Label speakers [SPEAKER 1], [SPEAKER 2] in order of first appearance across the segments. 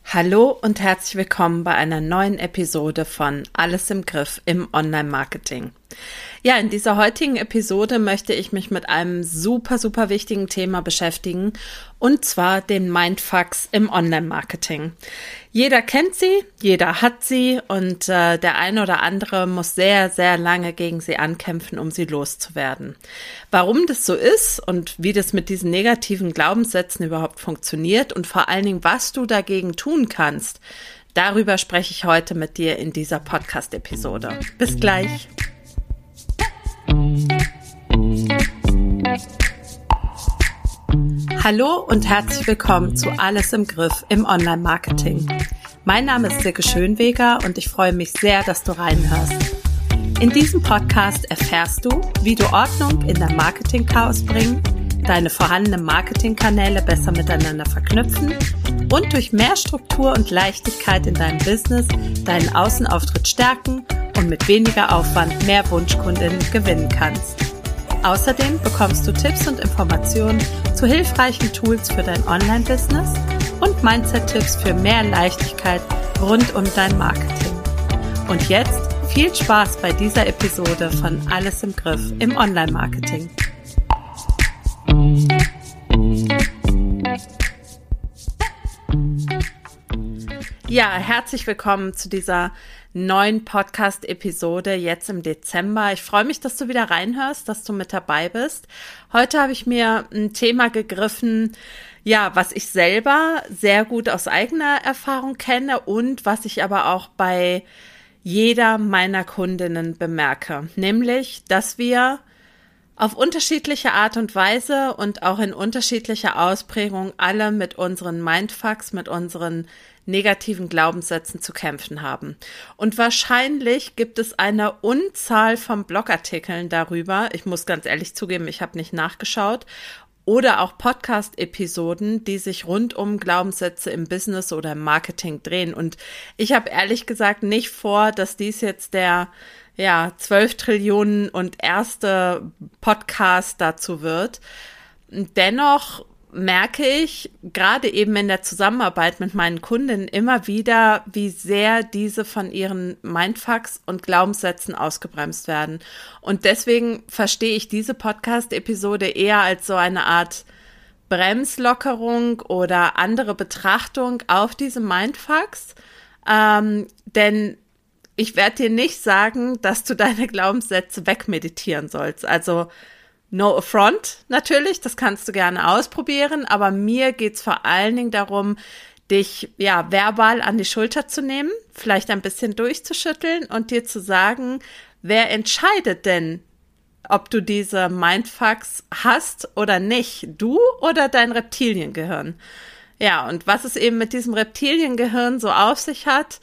[SPEAKER 1] Hallo und herzlich willkommen bei einer neuen Episode von Alles im Griff im Online-Marketing. Ja, in dieser heutigen Episode möchte ich mich mit einem super wichtigen Thema beschäftigen, und zwar den Mindfucks im Online-Marketing. Jeder kennt sie, jeder hat sie und der eine oder andere muss sehr lange gegen sie ankämpfen, um sie loszuwerden. Warum das so ist und wie das mit diesen negativen Glaubenssätzen überhaupt funktioniert und vor allen Dingen, was du dagegen tun kannst, darüber spreche ich heute mit dir in dieser Podcast-Episode. Bis gleich. Hallo und herzlich willkommen zu Alles im Griff im Online-Marketing. Mein Name ist Silke Schönweger und ich freue mich sehr, dass du reinhörst. In diesem Podcast erfährst du, wie du Ordnung in dein Marketing-Chaos bringen, deine vorhandenen Marketingkanäle besser miteinander verknüpfen und durch mehr Struktur und Leichtigkeit in deinem Business deinen Außenauftritt stärken und mit weniger Aufwand mehr Wunschkundinnen gewinnen kannst. Außerdem bekommst du Tipps und Informationen zu hilfreichen Tools für dein Online-Business und Mindset-Tipps für mehr Leichtigkeit rund um dein Marketing. Und jetzt viel Spaß bei dieser Episode von Alles im Griff im Online-Marketing. Ja, herzlich willkommen zu dieser neuen Podcast-Episode jetzt im Dezember. Ich freue mich, dass du wieder reinhörst, dass du mit dabei bist. Heute habe ich mir ein Thema gegriffen, ja, was ich selber sehr gut aus eigener Erfahrung kenne und was ich aber auch bei jeder meiner Kundinnen bemerke, nämlich, dass wir auf unterschiedliche Art und Weise und auch in unterschiedlicher Ausprägung alle mit unseren Mindfucks, mit unseren negativen Glaubenssätzen zu kämpfen haben. Und wahrscheinlich gibt es eine Unzahl von Blogartikeln darüber. Ich muss ganz ehrlich zugeben, ich habe nicht nachgeschaut. Oder auch Podcast-Episoden, die sich rund um Glaubenssätze im Business oder im Marketing drehen. Und ich habe ehrlich gesagt nicht vor, dass dies jetzt der 12 Trillionen und erste Podcast dazu wird. Dennoch merke ich gerade eben in der Zusammenarbeit mit meinen Kundinnen immer wieder, wie sehr diese von ihren Mindfucks und Glaubenssätzen ausgebremst werden. Und deswegen verstehe ich diese Podcast-Episode eher als so eine Art Bremslockerung oder andere Betrachtung auf diese Mindfucks, denn ich werde dir nicht sagen, dass du deine Glaubenssätze wegmeditieren sollst. Also no affront natürlich, das kannst du gerne ausprobieren, aber mir geht's vor allen Dingen darum, dich verbal an die Schulter zu nehmen, vielleicht ein bisschen durchzuschütteln und dir zu sagen, wer entscheidet denn, ob du diese Mindfucks hast oder nicht, du oder dein Reptiliengehirn. Ja, und was es eben mit diesem Reptiliengehirn so auf sich hat,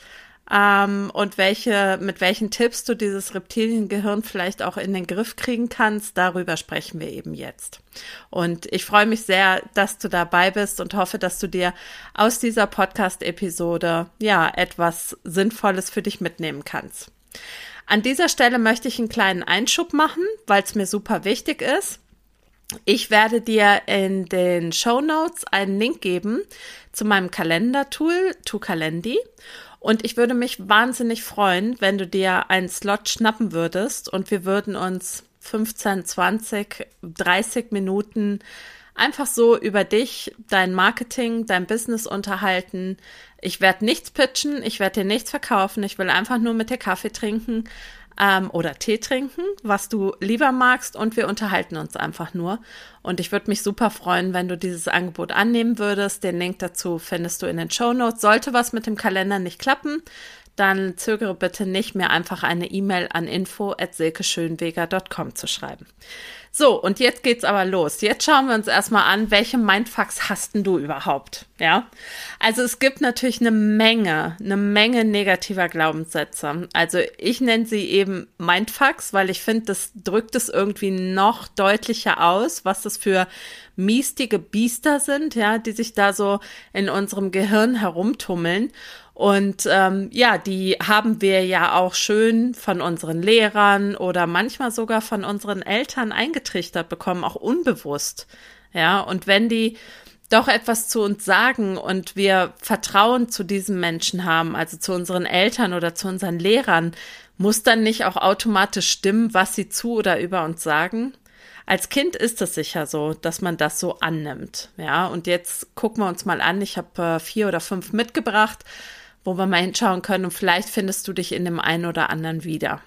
[SPEAKER 1] und mit welchen Tipps du dieses Reptiliengehirn vielleicht auch in den Griff kriegen kannst, darüber sprechen wir eben jetzt. Und ich freue mich sehr, dass du dabei bist und hoffe, dass du dir aus dieser Podcast-Episode etwas Sinnvolles für dich mitnehmen kannst. An dieser Stelle möchte ich einen kleinen Einschub machen, weil es mir super wichtig ist. Ich werde dir in den Shownotes einen Link geben zu meinem Kalendertool, Calendly. Und ich würde mich wahnsinnig freuen, wenn du dir einen Slot schnappen würdest und wir würden uns 15, 20, 30 Minuten einfach so über dich, dein Marketing, dein Business unterhalten. Ich werde nichts pitchen, ich werde dir nichts verkaufen, ich will einfach nur mit dir Kaffee trinken oder Tee trinken, was du lieber magst, und wir unterhalten uns einfach nur. Und ich würde mich super freuen, wenn du dieses Angebot annehmen würdest. Den Link dazu findest du in den Shownotes. Sollte was mit dem Kalender nicht klappen, dann zögere bitte nicht, mir einfach eine E-Mail an info@silkeschönweger.com zu schreiben. So, und jetzt geht's aber los. Jetzt schauen wir uns erstmal an, welche Mindfucks hast denn du überhaupt? Ja, also es gibt natürlich eine Menge negativer Glaubenssätze. Also ich nenne sie eben Mindfucks, weil ich finde, das drückt es irgendwie noch deutlicher aus, was das für miestige Biester sind, ja, die sich da so in unserem Gehirn herumtummeln. Und die haben wir ja auch schön von unseren Lehrern oder manchmal sogar von unseren Eltern eingetrichtert bekommen, auch unbewusst. Ja, und wenn die doch etwas zu uns sagen und wir Vertrauen zu diesem Menschen haben, also zu unseren Eltern oder zu unseren Lehrern, muss dann nicht auch automatisch stimmen, was sie zu oder über uns sagen? Als Kind ist es sicher so, dass man das so annimmt. Ja, und jetzt gucken wir uns mal an. Ich habe 4 oder 5 mitgebracht, wo wir mal hinschauen können und vielleicht findest du dich in dem einen oder anderen wieder.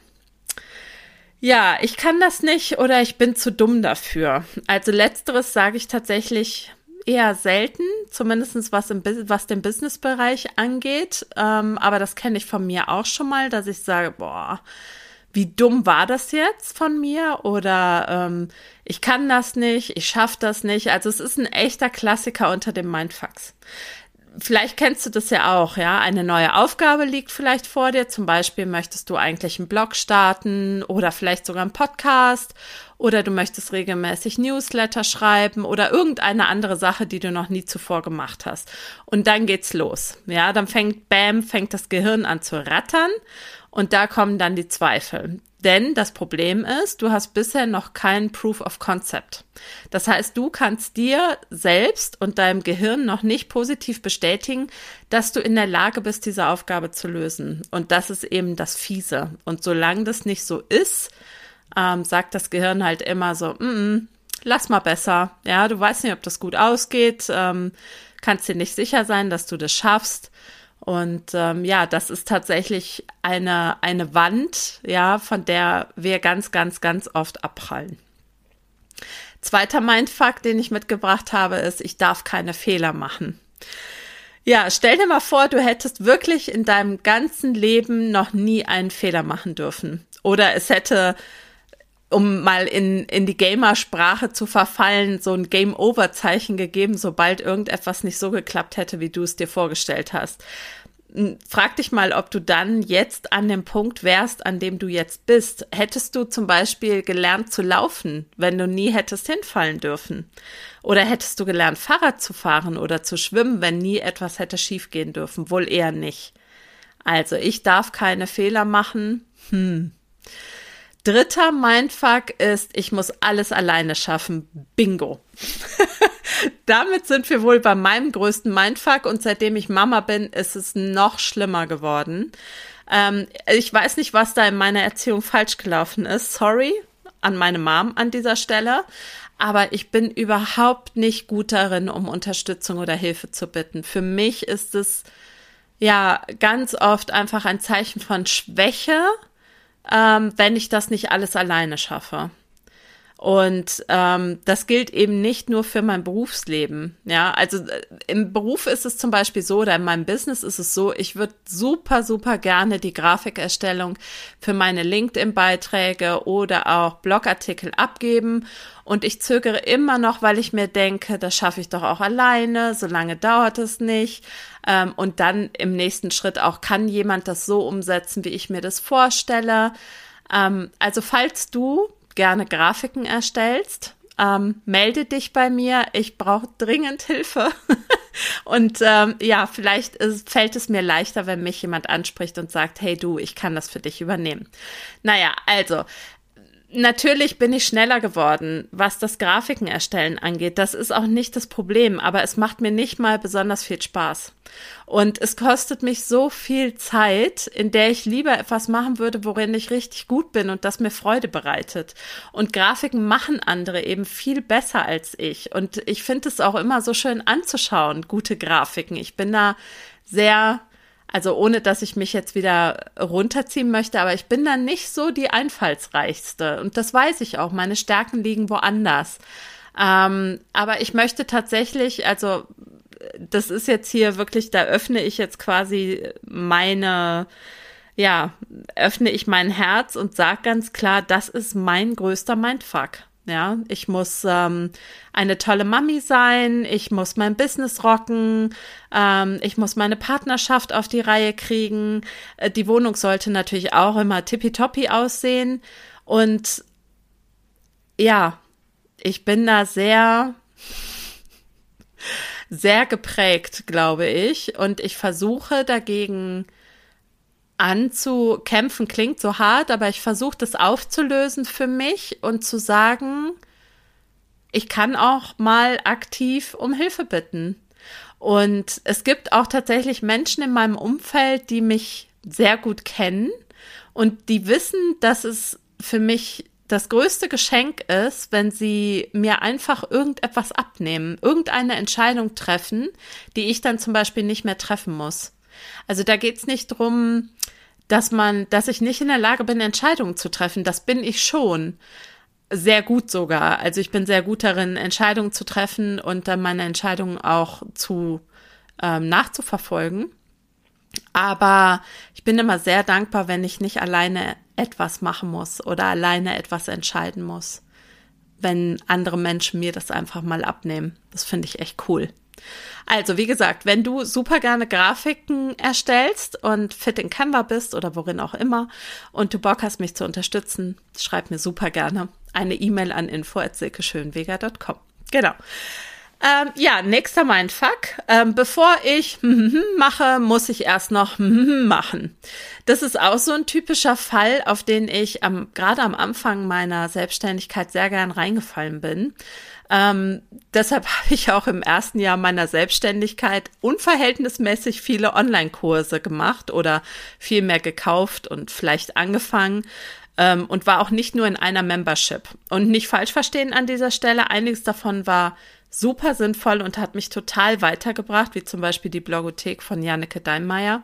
[SPEAKER 1] Ja, ich kann das nicht oder ich bin zu dumm dafür. Also letzteres sage ich tatsächlich eher selten, zumindest was den Businessbereich angeht. Aber das kenne ich von mir auch schon mal, dass ich sage, boah, wie dumm war das jetzt von mir? Oder ich kann das nicht, ich schaffe das nicht. Also es ist ein echter Klassiker unter den Mindfucks. Vielleicht kennst du das ja auch, ja. Eine neue Aufgabe liegt vielleicht vor dir. Zum Beispiel möchtest du eigentlich einen Blog starten oder vielleicht sogar einen Podcast oder du möchtest regelmäßig Newsletter schreiben oder irgendeine andere Sache, die du noch nie zuvor gemacht hast. Und dann geht's los. Ja, dann fängt das Gehirn an zu rattern und da kommen dann die Zweifel. Denn das Problem ist, du hast bisher noch kein Proof of Concept. Das heißt, du kannst dir selbst und deinem Gehirn noch nicht positiv bestätigen, dass du in der Lage bist, diese Aufgabe zu lösen. Und das ist eben das Fiese. Und solange das nicht so ist, sagt das Gehirn halt immer so, lass mal besser. Ja, du weißt nicht, ob das gut ausgeht, kannst dir nicht sicher sein, dass du das schaffst. Und das ist tatsächlich eine Wand, ja, von der wir ganz, ganz, ganz oft abprallen. Zweiter Mindfuck, den ich mitgebracht habe, ist, ich darf keine Fehler machen. Ja, stell dir mal vor, du hättest wirklich in deinem ganzen Leben noch nie einen Fehler machen dürfen. Oder es hätte, um mal in die Gamersprache zu verfallen, so ein Game-Over-Zeichen gegeben, sobald irgendetwas nicht so geklappt hätte, wie du es dir vorgestellt hast. Frag dich mal, ob du dann jetzt an dem Punkt wärst, an dem du jetzt bist. Hättest du zum Beispiel gelernt zu laufen, wenn du nie hättest hinfallen dürfen? Oder hättest du gelernt, Fahrrad zu fahren oder zu schwimmen, wenn nie etwas hätte schiefgehen dürfen? Wohl eher nicht. Also, ich darf keine Fehler machen. Dritter Mindfuck ist, ich muss alles alleine schaffen. Bingo. Damit sind wir wohl bei meinem größten Mindfuck und seitdem ich Mama bin, ist es noch schlimmer geworden. Ich weiß nicht, was da in meiner Erziehung falsch gelaufen ist. Sorry an meine Mom an dieser Stelle. Aber ich bin überhaupt nicht gut darin, um Unterstützung oder Hilfe zu bitten. Für mich ist es ja ganz oft einfach ein Zeichen von Schwäche, wenn ich das nicht alles alleine schaffe. Und das gilt eben nicht nur für mein Berufsleben. Ja, also im Beruf ist es zum Beispiel so, oder in meinem Business ist es so, ich würde super, super gerne die Grafikerstellung für meine LinkedIn-Beiträge oder auch Blogartikel abgeben. Und ich zögere immer noch, weil ich mir denke, das schaffe ich doch auch alleine, so lange dauert es nicht. Und dann im nächsten Schritt auch, kann jemand das so umsetzen, wie ich mir das vorstelle? Also falls du gerne Grafiken erstellst, melde dich bei mir. Ich brauche dringend Hilfe. Und vielleicht fällt es mir leichter, wenn mich jemand anspricht und sagt, hey du, ich kann das für dich übernehmen. Naja, also natürlich bin ich schneller geworden, was das Grafiken erstellen angeht. Das ist auch nicht das Problem, aber es macht mir nicht mal besonders viel Spaß. Und es kostet mich so viel Zeit, in der ich lieber etwas machen würde, worin ich richtig gut bin und das mir Freude bereitet. Und Grafiken machen andere eben viel besser als ich. Und ich finde es auch immer so schön anzuschauen, gute Grafiken. Ich bin da sehr... Also ohne, dass ich mich jetzt wieder runterziehen möchte, aber ich bin dann nicht so die einfallsreichste. Und das weiß ich auch. Meine Stärken liegen woanders. Aber ich möchte tatsächlich, also das ist jetzt hier wirklich, da öffne ich jetzt quasi öffne ich mein Herz und sage ganz klar, das ist mein größter Mindfuck. Ja, ich muss eine tolle Mami sein, ich muss mein Business rocken, ich muss meine Partnerschaft auf die Reihe kriegen. Die Wohnung sollte natürlich auch immer tippitoppi aussehen. Und ja, ich bin da sehr, sehr geprägt, glaube ich. Und ich versuche dagegen anzukämpfen, klingt so hart, aber ich versuche das aufzulösen für mich und zu sagen, ich kann auch mal aktiv um Hilfe bitten. Und es gibt auch tatsächlich Menschen in meinem Umfeld, die mich sehr gut kennen und die wissen, dass es für mich das größte Geschenk ist, wenn sie mir einfach irgendetwas abnehmen, irgendeine Entscheidung treffen, die ich dann zum Beispiel nicht mehr treffen muss. Also da geht's nicht drum, dass ich nicht in der Lage bin, Entscheidungen zu treffen. Das bin ich schon. Sehr gut sogar. Also ich bin sehr gut darin, Entscheidungen zu treffen und dann meine Entscheidungen auch nachzuverfolgen. Aber ich bin immer sehr dankbar, wenn ich nicht alleine etwas machen muss oder alleine etwas entscheiden muss. Wenn andere Menschen mir das einfach mal abnehmen. Das finde ich echt cool. Also, wie gesagt, wenn du super gerne Grafiken erstellst und fit in Canva bist oder worin auch immer und du Bock hast, mich zu unterstützen, schreib mir super gerne eine E-Mail an info@silkeschönweger.com. Genau. Nächster Mindfuck. Bevor ich mache, muss ich erst noch machen. Das ist auch so ein typischer Fall, auf den ich gerade am Anfang meiner Selbstständigkeit sehr gern reingefallen bin. Deshalb habe ich auch im ersten Jahr meiner Selbstständigkeit unverhältnismäßig viele Online-Kurse gemacht oder viel mehr gekauft und vielleicht angefangen. Und war auch nicht nur in einer Membership. Und nicht falsch verstehen an dieser Stelle, einiges davon war super sinnvoll und hat mich total weitergebracht, wie zum Beispiel die Blogothek von Janneke Deinmeier.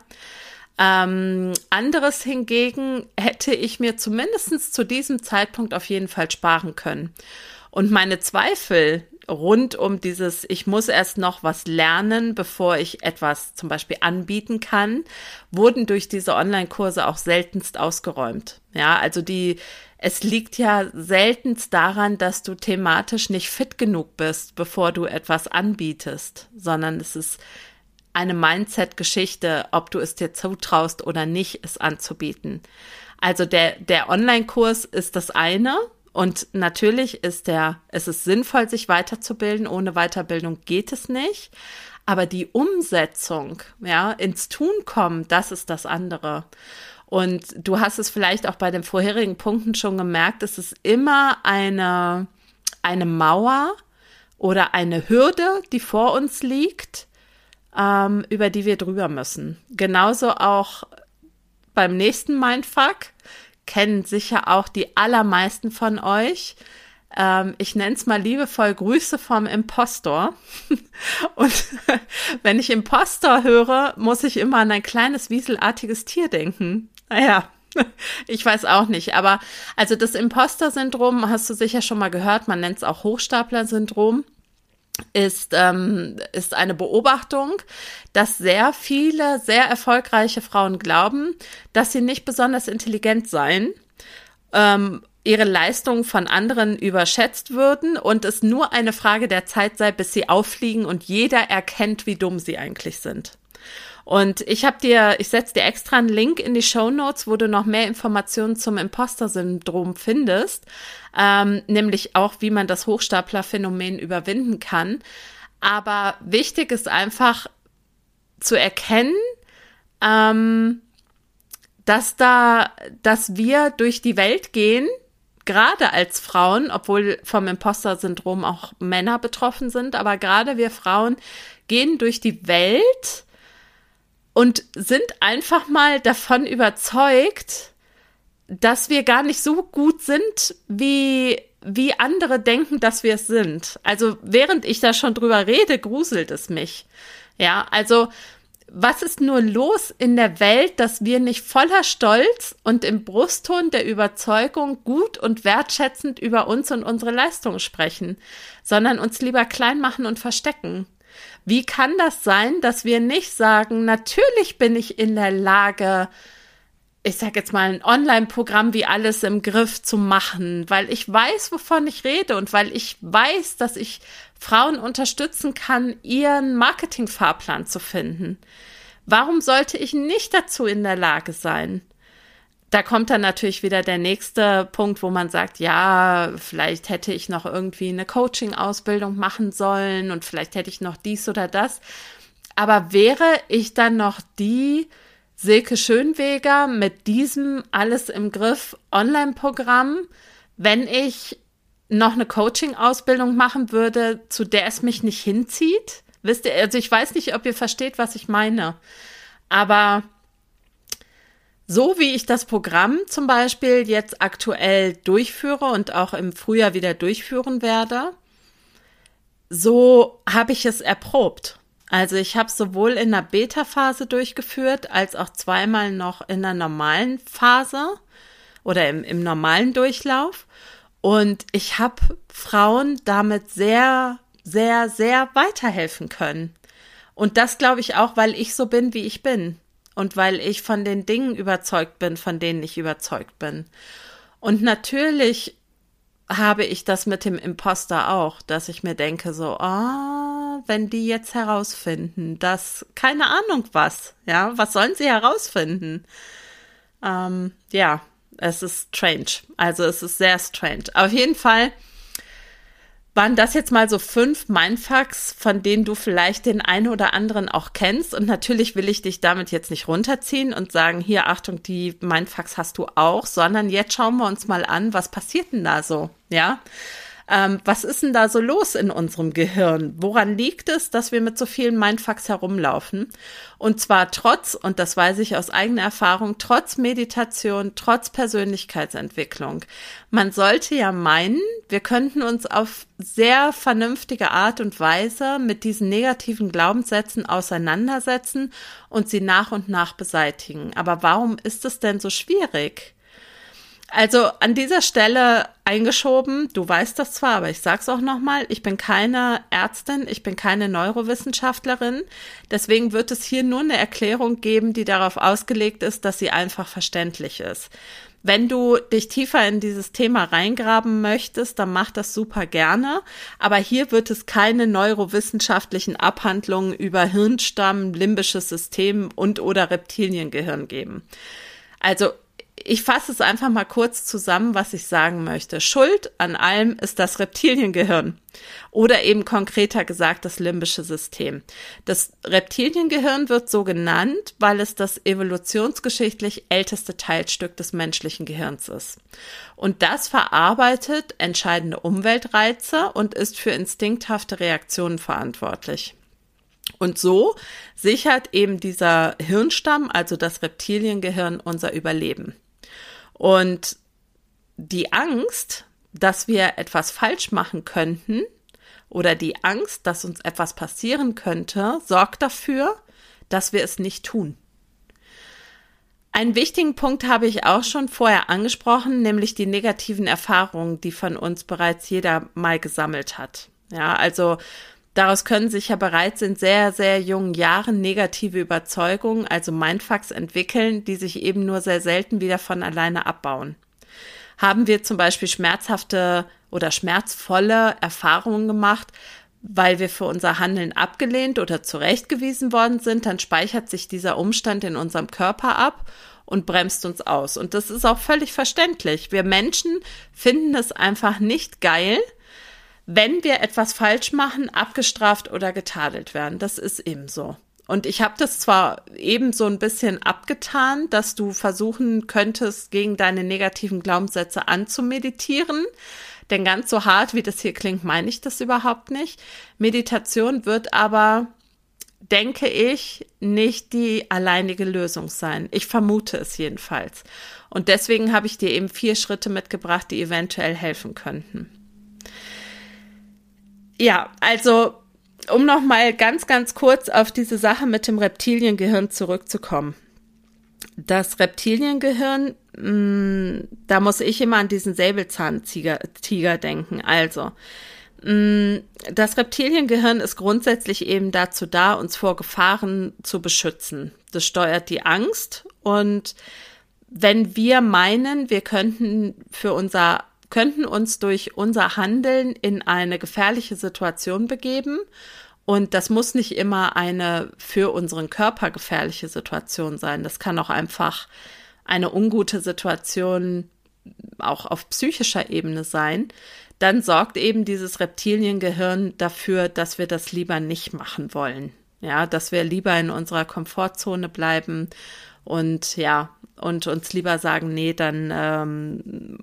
[SPEAKER 1] Anderes hingegen hätte ich mir zumindest zu diesem Zeitpunkt auf jeden Fall sparen können. Und meine Zweifel rund um dieses, ich muss erst noch was lernen, bevor ich etwas zum Beispiel anbieten kann, wurden durch diese Online-Kurse auch seltenst ausgeräumt. Ja, also es liegt ja seltenst daran, dass du thematisch nicht fit genug bist, bevor du etwas anbietest, sondern es ist eine Mindset-Geschichte, ob du es dir zutraust oder nicht, es anzubieten. Also der Online-Kurs ist das eine. Und natürlich es ist sinnvoll, sich weiterzubilden. Ohne Weiterbildung geht es nicht. Aber die Umsetzung, ja, ins Tun kommen, das ist das andere. Und du hast es vielleicht auch bei den vorherigen Punkten schon gemerkt, es ist immer eine Mauer oder eine Hürde, die vor uns liegt, über die wir drüber müssen. Genauso auch beim nächsten Mindfuck. Kennen sicher auch die allermeisten von euch. Ich nenne es mal liebevoll Grüße vom Impostor. Und wenn ich Impostor höre, muss ich immer an ein kleines wieselartiges Tier denken. Naja, ich weiß auch nicht. Aber also das Impostor-Syndrom hast du sicher schon mal gehört. Man nennt es auch Hochstapler-Syndrom. Ist eine Beobachtung, dass sehr viele, sehr erfolgreiche Frauen glauben, dass sie nicht besonders intelligent seien, ihre Leistungen von anderen überschätzt würden und es nur eine Frage der Zeit sei, bis sie auffliegen und jeder erkennt, wie dumm sie eigentlich sind. Und ich setze dir extra einen Link in die Shownotes, wo du noch mehr Informationen zum Imposter-Syndrom findest, nämlich auch, wie man das Hochstapler-Phänomen überwinden kann. Aber wichtig ist einfach zu erkennen, dass wir durch die Welt gehen, gerade als Frauen, obwohl vom Imposter-Syndrom auch Männer betroffen sind, aber gerade wir Frauen gehen durch die Welt und sind einfach mal davon überzeugt, dass wir gar nicht so gut sind, wie andere denken, dass wir es sind. Also während ich da schon drüber rede, gruselt es mich. Ja, also was ist nur los in der Welt, dass wir nicht voller Stolz und im Brustton der Überzeugung gut und wertschätzend über uns und unsere Leistungen sprechen, sondern uns lieber klein machen und verstecken? Wie kann das sein, dass wir nicht sagen, natürlich bin ich in der Lage, ich sage jetzt mal, ein Online-Programm wie Alles im Griff zu machen, weil ich weiß, wovon ich rede und weil ich weiß, dass ich Frauen unterstützen kann, ihren Marketingfahrplan zu finden. Warum sollte ich nicht dazu in der Lage sein? Da kommt dann natürlich wieder der nächste Punkt, wo man sagt, ja, vielleicht hätte ich noch irgendwie eine Coaching-Ausbildung machen sollen und vielleicht hätte ich noch dies oder das. Aber wäre ich dann noch die Silke Schönweger mit diesem Alles im Griff Online-Programm, wenn ich noch eine Coaching-Ausbildung machen würde, zu der es mich nicht hinzieht. Wisst ihr, also ich weiß nicht, ob ihr versteht, was ich meine, aber so wie ich das Programm zum Beispiel jetzt aktuell durchführe und auch im Frühjahr wieder durchführen werde, so habe ich es erprobt. Also ich habe es sowohl in der Beta-Phase durchgeführt, als auch zweimal noch in der normalen Phase oder im normalen Durchlauf. Und ich habe Frauen damit sehr, sehr, sehr weiterhelfen können. Und das glaube ich auch, weil ich so bin, wie ich bin. Und weil ich von den Dingen überzeugt bin, von denen ich überzeugt bin. Und natürlich habe ich das mit dem Imposter auch, dass ich mir denke so, wenn die jetzt herausfinden, dass, keine Ahnung was, ja, was sollen sie herausfinden? Ja, es ist strange. Also es ist sehr strange. Auf jeden Fall waren das jetzt mal so 5 Mindfucks, von denen du vielleicht den einen oder anderen auch kennst. Und natürlich will ich dich damit jetzt nicht runterziehen und sagen, hier, Achtung, die Mindfucks hast du auch, sondern jetzt schauen wir uns mal an, was passiert denn da so, ja? Was ist denn da so los in unserem Gehirn? Woran liegt es, dass wir mit so vielen Mindfucks herumlaufen? Und zwar trotz, und das weiß ich aus eigener Erfahrung, trotz Meditation, trotz Persönlichkeitsentwicklung. Man sollte ja meinen, wir könnten uns auf sehr vernünftige Art und Weise mit diesen negativen Glaubenssätzen auseinandersetzen und sie nach und nach beseitigen. Aber warum ist es denn so schwierig? Also an dieser Stelle eingeschoben, du weißt das zwar, aber ich sag's auch nochmal, ich bin keine Ärztin, ich bin keine Neurowissenschaftlerin, deswegen wird es hier nur eine Erklärung geben, die darauf ausgelegt ist, dass sie einfach verständlich ist. Wenn du dich tiefer in dieses Thema reingraben möchtest, dann mach das super gerne, aber hier wird es keine neurowissenschaftlichen Abhandlungen über Hirnstamm, limbisches System und oder Reptiliengehirn geben. Also ich fasse es einfach mal kurz zusammen, was ich sagen möchte. Schuld an allem ist das Reptiliengehirn oder eben konkreter gesagt das limbische System. Das Reptiliengehirn wird so genannt, weil es das evolutionsgeschichtlich älteste Teilstück des menschlichen Gehirns ist. Und das verarbeitet entscheidende Umweltreize und ist für instinkthafte Reaktionen verantwortlich. Und so sichert eben dieser Hirnstamm, also das Reptiliengehirn, unser Überleben. Und die Angst, dass wir etwas falsch machen könnten oder die Angst, dass uns etwas passieren könnte, sorgt dafür, dass wir es nicht tun. Einen wichtigen Punkt habe ich auch schon vorher angesprochen, nämlich die negativen Erfahrungen, die von uns bereits jeder mal gesammelt hat. Ja, also daraus können sich ja bereits in sehr, sehr jungen Jahren negative Überzeugungen, also Mindfucks, entwickeln, die sich eben nur sehr selten wieder von alleine abbauen. Haben wir zum Beispiel schmerzhafte oder schmerzvolle Erfahrungen gemacht, weil wir für unser Handeln abgelehnt oder zurechtgewiesen worden sind, dann speichert sich dieser Umstand in unserem Körper ab und bremst uns aus. Und das ist auch völlig verständlich. Wir Menschen finden es einfach nicht geil, wenn wir etwas falsch machen, abgestraft oder getadelt werden. Das ist eben so. Und ich habe das zwar eben so ein bisschen abgetan, dass du versuchen könntest, gegen deine negativen Glaubenssätze anzumeditieren, denn ganz so hart, wie das hier klingt, meine ich das überhaupt nicht. Meditation wird aber, denke ich, nicht die alleinige Lösung sein. Ich vermute es jedenfalls. Und deswegen habe ich dir eben 4 Schritte mitgebracht, die eventuell helfen könnten. Ja, also um noch mal ganz, ganz kurz auf diese Sache mit dem Reptiliengehirn zurückzukommen. Das Reptiliengehirn, da muss ich immer an diesen Säbelzahntiger denken. Also, das Reptiliengehirn ist grundsätzlich eben dazu da, uns vor Gefahren zu beschützen. Das steuert die Angst und wenn wir meinen, wir könnten uns durch unser Handeln in eine gefährliche Situation begeben. Und das muss nicht immer eine für unseren Körper gefährliche Situation sein. Das kann auch einfach eine ungute Situation auch auf psychischer Ebene sein. Dann sorgt eben dieses Reptiliengehirn dafür, dass wir das lieber nicht machen wollen. Ja, dass wir lieber in unserer Komfortzone bleiben und ja, und uns lieber sagen, nee, dann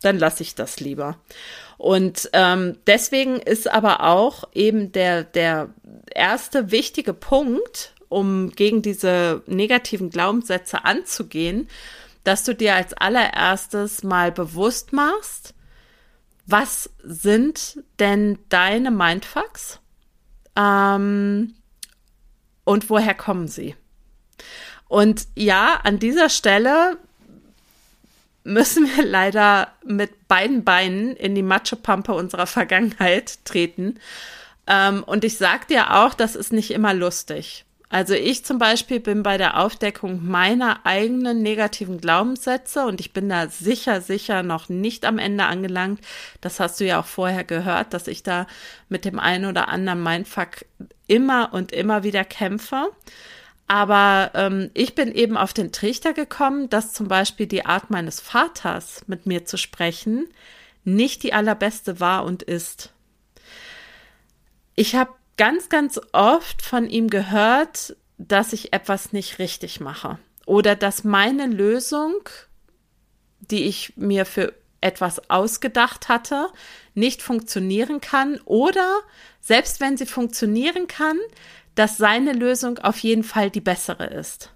[SPEAKER 1] dann lasse ich das lieber. Und deswegen ist aber auch eben der erste wichtige Punkt, um gegen diese negativen Glaubenssätze anzugehen, dass du dir als allererstes mal bewusst machst, was sind denn deine Mindfucks und woher kommen sie? Und ja, an dieser Stelle müssen wir leider mit beiden Beinen in die Matschepampe unserer Vergangenheit treten. Und ich sag dir auch, das ist nicht immer lustig. Also ich zum Beispiel bin bei der Aufdeckung meiner eigenen negativen Glaubenssätze und ich bin da sicher noch nicht am Ende angelangt. Das hast du ja auch vorher gehört, dass ich da mit dem einen oder anderen Mindfuck immer und immer wieder kämpfe. Aber ich bin eben auf den Trichter gekommen, dass zum Beispiel die Art meines Vaters, mit mir zu sprechen, nicht die allerbeste war und ist. Ich habe ganz oft von ihm gehört, dass ich etwas nicht richtig mache oder dass meine Lösung, die ich mir für etwas ausgedacht hatte, nicht funktionieren kann oder selbst wenn sie funktionieren kann, dass seine Lösung auf jeden Fall die bessere ist.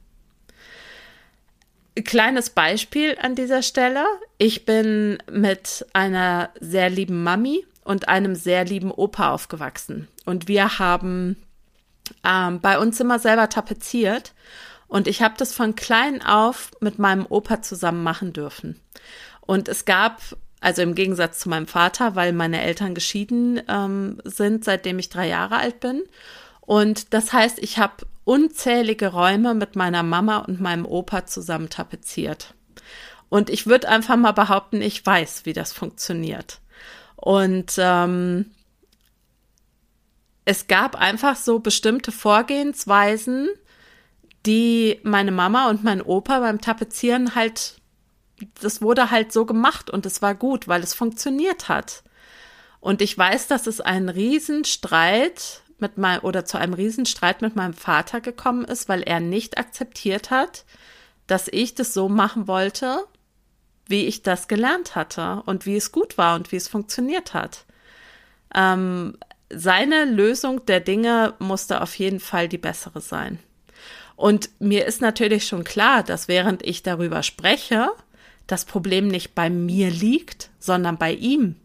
[SPEAKER 1] Kleines Beispiel an dieser Stelle. Ich bin mit einer sehr lieben Mami und einem sehr lieben Opa aufgewachsen. Und wir haben bei uns immer selber tapeziert. Und ich habe das von klein auf mit meinem Opa zusammen machen dürfen. Und es gab, also im Gegensatz zu meinem Vater, weil meine Eltern geschieden sind, seitdem ich 3 Jahre alt bin. Und das heißt, ich habe unzählige Räume mit meiner Mama und meinem Opa zusammen tapeziert. Und ich würde einfach mal behaupten, ich weiß, wie das funktioniert. Und es gab einfach so bestimmte Vorgehensweisen, die meine Mama und mein Opa beim Tapezieren halt, das wurde halt so gemacht und es war gut, weil es funktioniert hat. Und ich weiß, dass es einen Riesenstreit zu einem Riesenstreit mit meinem Vater gekommen ist, weil er nicht akzeptiert hat, dass ich das so machen wollte, wie ich das gelernt hatte und wie es gut war und wie es funktioniert hat. Seine Lösung der Dinge musste auf jeden Fall die bessere sein. Und mir ist natürlich schon klar, dass während ich darüber spreche, das Problem nicht bei mir liegt, sondern bei ihm.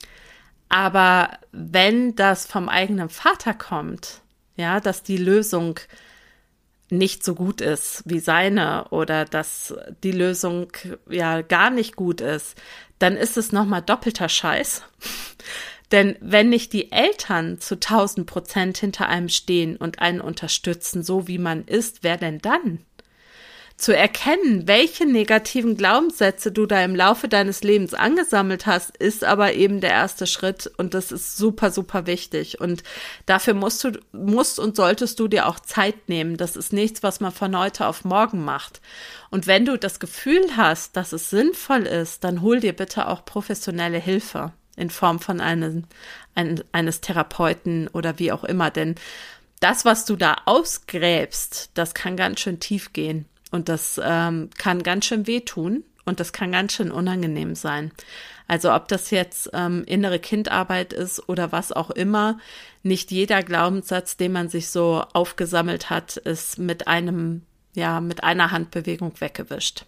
[SPEAKER 1] Aber wenn das vom eigenen Vater kommt, ja, dass die Lösung nicht so gut ist wie seine oder dass die Lösung ja gar nicht gut ist, dann ist es nochmal doppelter Scheiß. Denn wenn nicht die Eltern zu 1000% hinter einem stehen und einen unterstützen, so wie man ist, wer denn dann? Zu erkennen, welche negativen Glaubenssätze du da im Laufe deines Lebens angesammelt hast, ist aber eben der erste Schritt und das ist super wichtig und dafür musst und solltest du dir auch Zeit nehmen. Das ist nichts, was man von heute auf morgen macht. Und wenn du das Gefühl hast, dass es sinnvoll ist, dann hol dir bitte auch professionelle Hilfe in Form von eines Therapeuten oder wie auch immer, denn das, was du da ausgräbst, das kann ganz schön tief gehen. Und das kann ganz schön wehtun und das kann ganz schön unangenehm sein. Also ob das jetzt innere Kindarbeit ist oder was auch immer, nicht jeder Glaubenssatz, den man sich so aufgesammelt hat, ist mit einer Handbewegung weggewischt.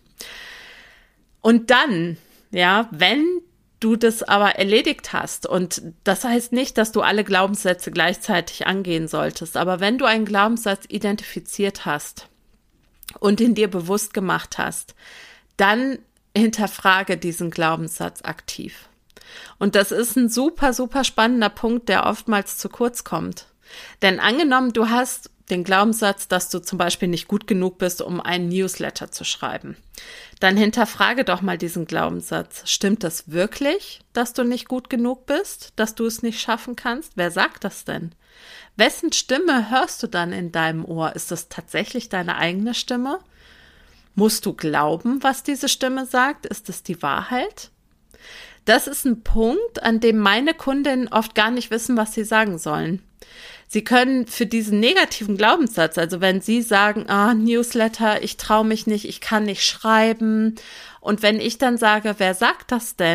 [SPEAKER 1] Und dann, ja, wenn du das aber erledigt hast, und das heißt nicht, dass du alle Glaubenssätze gleichzeitig angehen solltest, aber wenn du einen Glaubenssatz identifiziert hast, und in dir bewusst gemacht hast, dann hinterfrage diesen Glaubenssatz aktiv. Und das ist ein super spannender Punkt, der oftmals zu kurz kommt. Denn angenommen, du hast den Glaubenssatz, dass du zum Beispiel nicht gut genug bist, um einen Newsletter zu schreiben. Dann hinterfrage doch mal diesen Glaubenssatz. Stimmt das wirklich, dass du nicht gut genug bist, dass du es nicht schaffen kannst? Wer sagt das denn? Wessen Stimme hörst du dann in deinem Ohr? Ist das tatsächlich deine eigene Stimme? Musst du glauben, was diese Stimme sagt? Ist es die Wahrheit? Das ist ein Punkt, an dem meine Kundinnen oft gar nicht wissen, was sie sagen sollen. Sie können für diesen negativen Glaubenssatz, also wenn sie sagen, Newsletter, ich traue mich nicht, ich kann nicht schreiben. Und wenn ich dann sage, wer sagt das denn?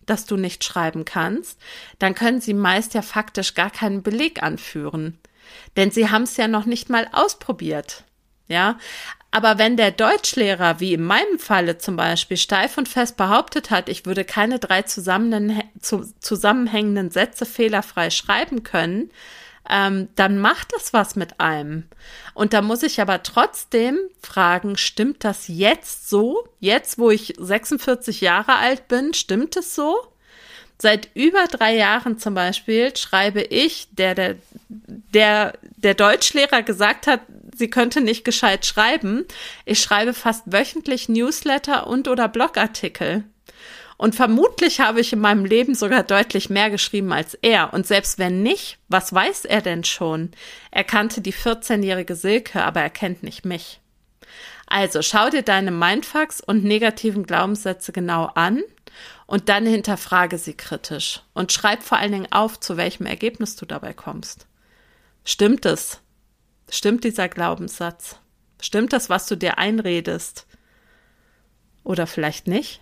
[SPEAKER 1] dass du nicht schreiben kannst, dann können sie meist ja faktisch gar keinen Beleg anführen. Denn sie haben es ja noch nicht mal ausprobiert. Ja, aber wenn der Deutschlehrer, wie in meinem Falle zum Beispiel, steif und fest behauptet hat, ich würde keine 3 zusammenhängenden Sätze fehlerfrei schreiben können, dann macht das was mit einem. Und da muss ich aber trotzdem fragen, stimmt das jetzt so? Jetzt, wo ich 46 Jahre alt bin, stimmt es so? Seit über 3 Jahren zum Beispiel schreibe ich, der Deutschlehrer gesagt hat, sie könnte nicht gescheit schreiben. Ich schreibe fast wöchentlich Newsletter und oder Blogartikel. Und vermutlich habe ich in meinem Leben sogar deutlich mehr geschrieben als er. Und selbst wenn nicht, was weiß er denn schon? Er kannte die 14-jährige Silke, aber er kennt nicht mich. Also schau dir deine Mindfucks und negativen Glaubenssätze genau an und dann hinterfrage sie kritisch. Und schreib vor allen Dingen auf, zu welchem Ergebnis du dabei kommst. Stimmt es? Stimmt dieser Glaubenssatz? Stimmt das, was du dir einredest? Oder vielleicht nicht?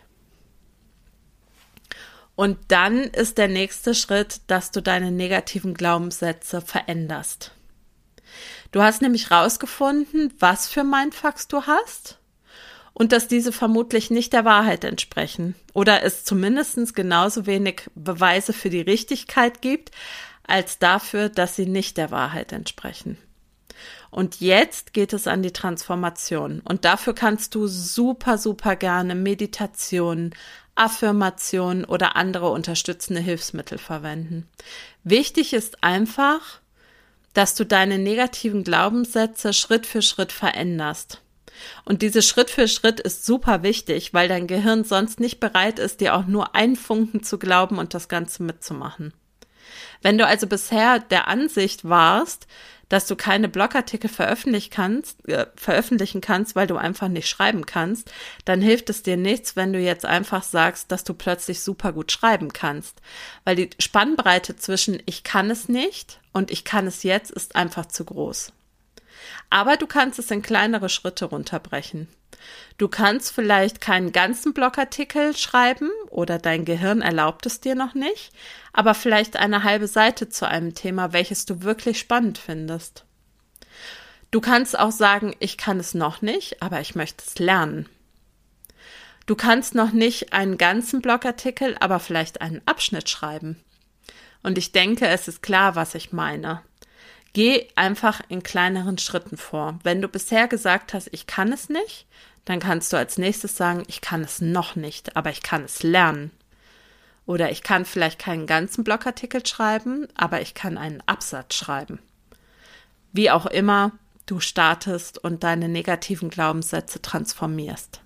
[SPEAKER 1] Und dann ist der nächste Schritt, dass du deine negativen Glaubenssätze veränderst. Du hast nämlich rausgefunden, was für Mindfucks du hast und dass diese vermutlich nicht der Wahrheit entsprechen oder es zumindest genauso wenig Beweise für die Richtigkeit gibt, als dafür, dass sie nicht der Wahrheit entsprechen. Und jetzt geht es an die Transformation. Und dafür kannst du super, super gerne Meditationen, Affirmationen oder andere unterstützende Hilfsmittel verwenden. Wichtig ist einfach, dass du deine negativen Glaubenssätze Schritt für Schritt veränderst. Und diese Schritt für Schritt ist super wichtig, weil dein Gehirn sonst nicht bereit ist, dir auch nur einen Funken zu glauben und das Ganze mitzumachen. Wenn du also bisher der Ansicht warst, dass du keine Blogartikel veröffentlichen kannst, weil du einfach nicht schreiben kannst, dann hilft es dir nichts, wenn du jetzt einfach sagst, dass du plötzlich super gut schreiben kannst. Weil die Spannbreite zwischen ich kann es nicht und ich kann es jetzt ist einfach zu groß. Aber du kannst es in kleinere Schritte runterbrechen. Du kannst vielleicht keinen ganzen Blogartikel schreiben oder dein Gehirn erlaubt es dir noch nicht, aber vielleicht eine halbe Seite zu einem Thema, welches du wirklich spannend findest. Du kannst auch sagen, ich kann es noch nicht, aber ich möchte es lernen. Du kannst noch nicht einen ganzen Blogartikel, aber vielleicht einen Abschnitt schreiben. Und ich denke, es ist klar, was ich meine. Geh einfach in kleineren Schritten vor. Wenn du bisher gesagt hast, ich kann es nicht, dann kannst du als nächstes sagen, ich kann es noch nicht, aber ich kann es lernen. Oder ich kann vielleicht keinen ganzen Blogartikel schreiben, aber ich kann einen Absatz schreiben. Wie auch immer du startest und deine negativen Glaubenssätze transformierst.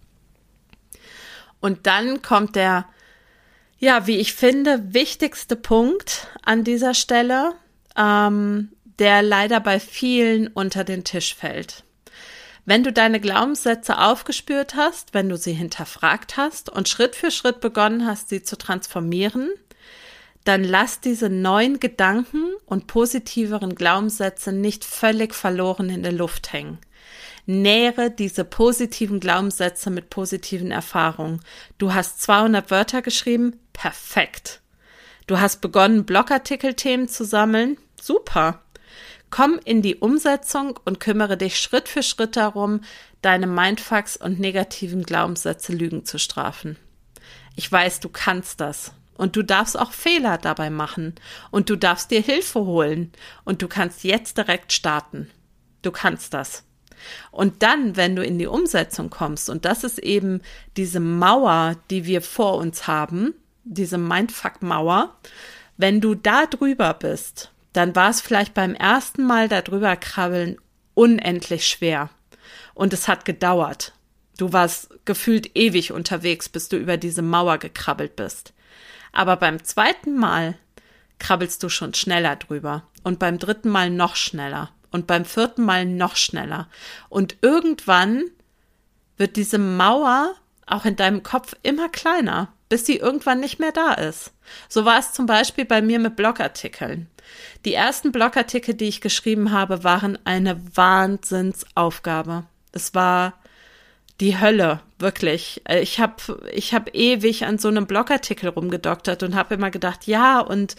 [SPEAKER 1] Und dann kommt der, wie ich finde, wichtigste Punkt an dieser Stelle, der leider bei vielen unter den Tisch fällt. Wenn du deine Glaubenssätze aufgespürt hast, wenn du sie hinterfragt hast und Schritt für Schritt begonnen hast, sie zu transformieren, dann lass diese neuen Gedanken und positiveren Glaubenssätze nicht völlig verloren in der Luft hängen. Nähere diese positiven Glaubenssätze mit positiven Erfahrungen. Du hast 200 Wörter geschrieben, perfekt. Du hast begonnen, Blogartikelthemen zu sammeln, super. Komm in die Umsetzung und kümmere dich Schritt für Schritt darum, deine Mindfucks und negativen Glaubenssätze Lügen zu strafen. Ich weiß, du kannst das. Und du darfst auch Fehler dabei machen. Und du darfst dir Hilfe holen. Und du kannst jetzt direkt starten. Du kannst das. Und dann, wenn du in die Umsetzung kommst, und das ist eben diese Mauer, die wir vor uns haben, diese Mindfuck-Mauer, wenn du da drüber bist, dann war es vielleicht beim ersten Mal da drüber krabbeln unendlich schwer. Und es hat gedauert. Du warst gefühlt ewig unterwegs, bis du über diese Mauer gekrabbelt bist. Aber beim zweiten Mal krabbelst du schon schneller drüber. Und beim dritten Mal noch schneller. Und beim vierten Mal noch schneller. Und irgendwann wird diese Mauer auch in deinem Kopf immer kleiner, bis sie irgendwann nicht mehr da ist. So war es zum Beispiel bei mir mit Blogartikeln. Die ersten Blogartikel, die ich geschrieben habe, waren eine Wahnsinnsaufgabe. Es war die Hölle, wirklich. Ich hab ewig an so einem Blogartikel rumgedoktert und habe immer gedacht, ja, und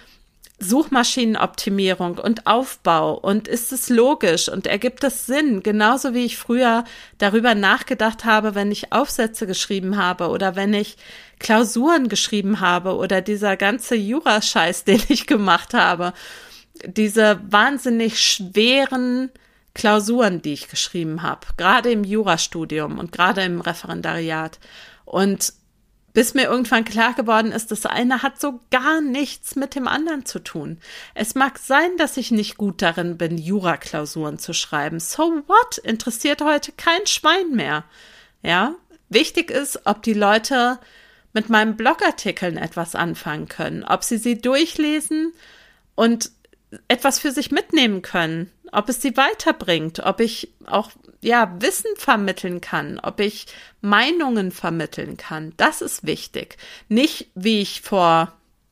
[SPEAKER 1] Suchmaschinenoptimierung und Aufbau und ist es logisch und ergibt es Sinn? Genauso wie ich früher darüber nachgedacht habe, wenn ich Aufsätze geschrieben habe oder wenn ich Klausuren geschrieben habe oder dieser ganze Jura-Scheiß, den ich gemacht habe. Diese wahnsinnig schweren Klausuren, die ich geschrieben habe, gerade im Jurastudium und gerade im Referendariat. Und bis mir irgendwann klar geworden ist, das eine hat so gar nichts mit dem anderen zu tun. Es mag sein, dass ich nicht gut darin bin, Jura-Klausuren zu schreiben. So what? Interessiert heute kein Schwein mehr. Ja? Wichtig ist, ob die Leute mit meinen Blogartikeln etwas anfangen können, ob sie durchlesen und etwas für sich mitnehmen können, ob es sie weiterbringt, ob ich auch Wissen vermitteln kann, ob ich Meinungen vermitteln kann. Das ist wichtig. Nicht, wie ich vor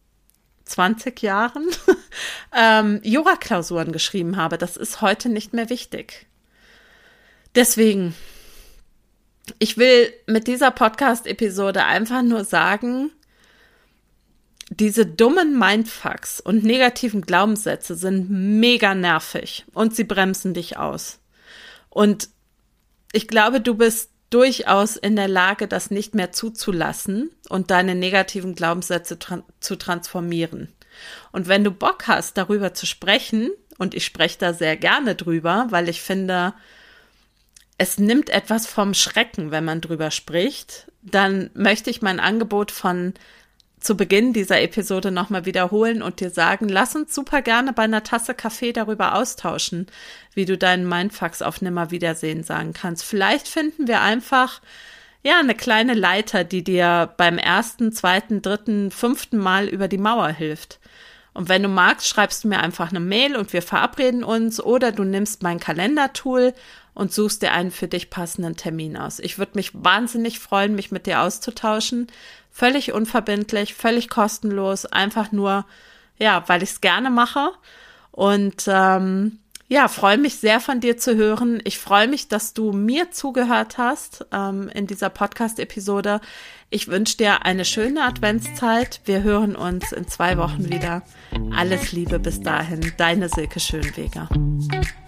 [SPEAKER 1] 20 Jahren Jura-Klausuren geschrieben habe. Das ist heute nicht mehr wichtig. Deswegen, ich will mit dieser Podcast-Episode einfach nur sagen, diese dummen Mindfucks und negativen Glaubenssätze sind mega nervig und sie bremsen dich aus. Und ich glaube, du bist durchaus in der Lage, das nicht mehr zuzulassen und deine negativen Glaubenssätze zu transformieren. Und wenn du Bock hast, darüber zu sprechen, und ich spreche da sehr gerne drüber, weil ich finde, es nimmt etwas vom Schrecken, wenn man drüber spricht, dann möchte ich mein Angebot von zu Beginn dieser Episode nochmal wiederholen und dir sagen, lass uns super gerne bei einer Tasse Kaffee darüber austauschen, wie du deinen Mindfucks auf Nimmerwiedersehen sagen kannst. Vielleicht finden wir einfach, eine kleine Leiter, die dir beim 1., 2., 3., 5. Mal über die Mauer hilft. Und wenn du magst, schreibst du mir einfach eine Mail und wir verabreden uns oder du nimmst mein Kalendertool und suchst dir einen für dich passenden Termin aus. Ich würde mich wahnsinnig freuen, mich mit dir auszutauschen. Völlig unverbindlich, völlig kostenlos, einfach nur, weil ich es gerne mache und freue mich sehr von dir zu hören. Ich freue mich, dass du mir zugehört hast in dieser Podcast-Episode. Ich wünsche dir eine schöne Adventszeit. Wir hören uns in 2 Wochen wieder. Alles Liebe bis dahin, deine Silke Schönweger.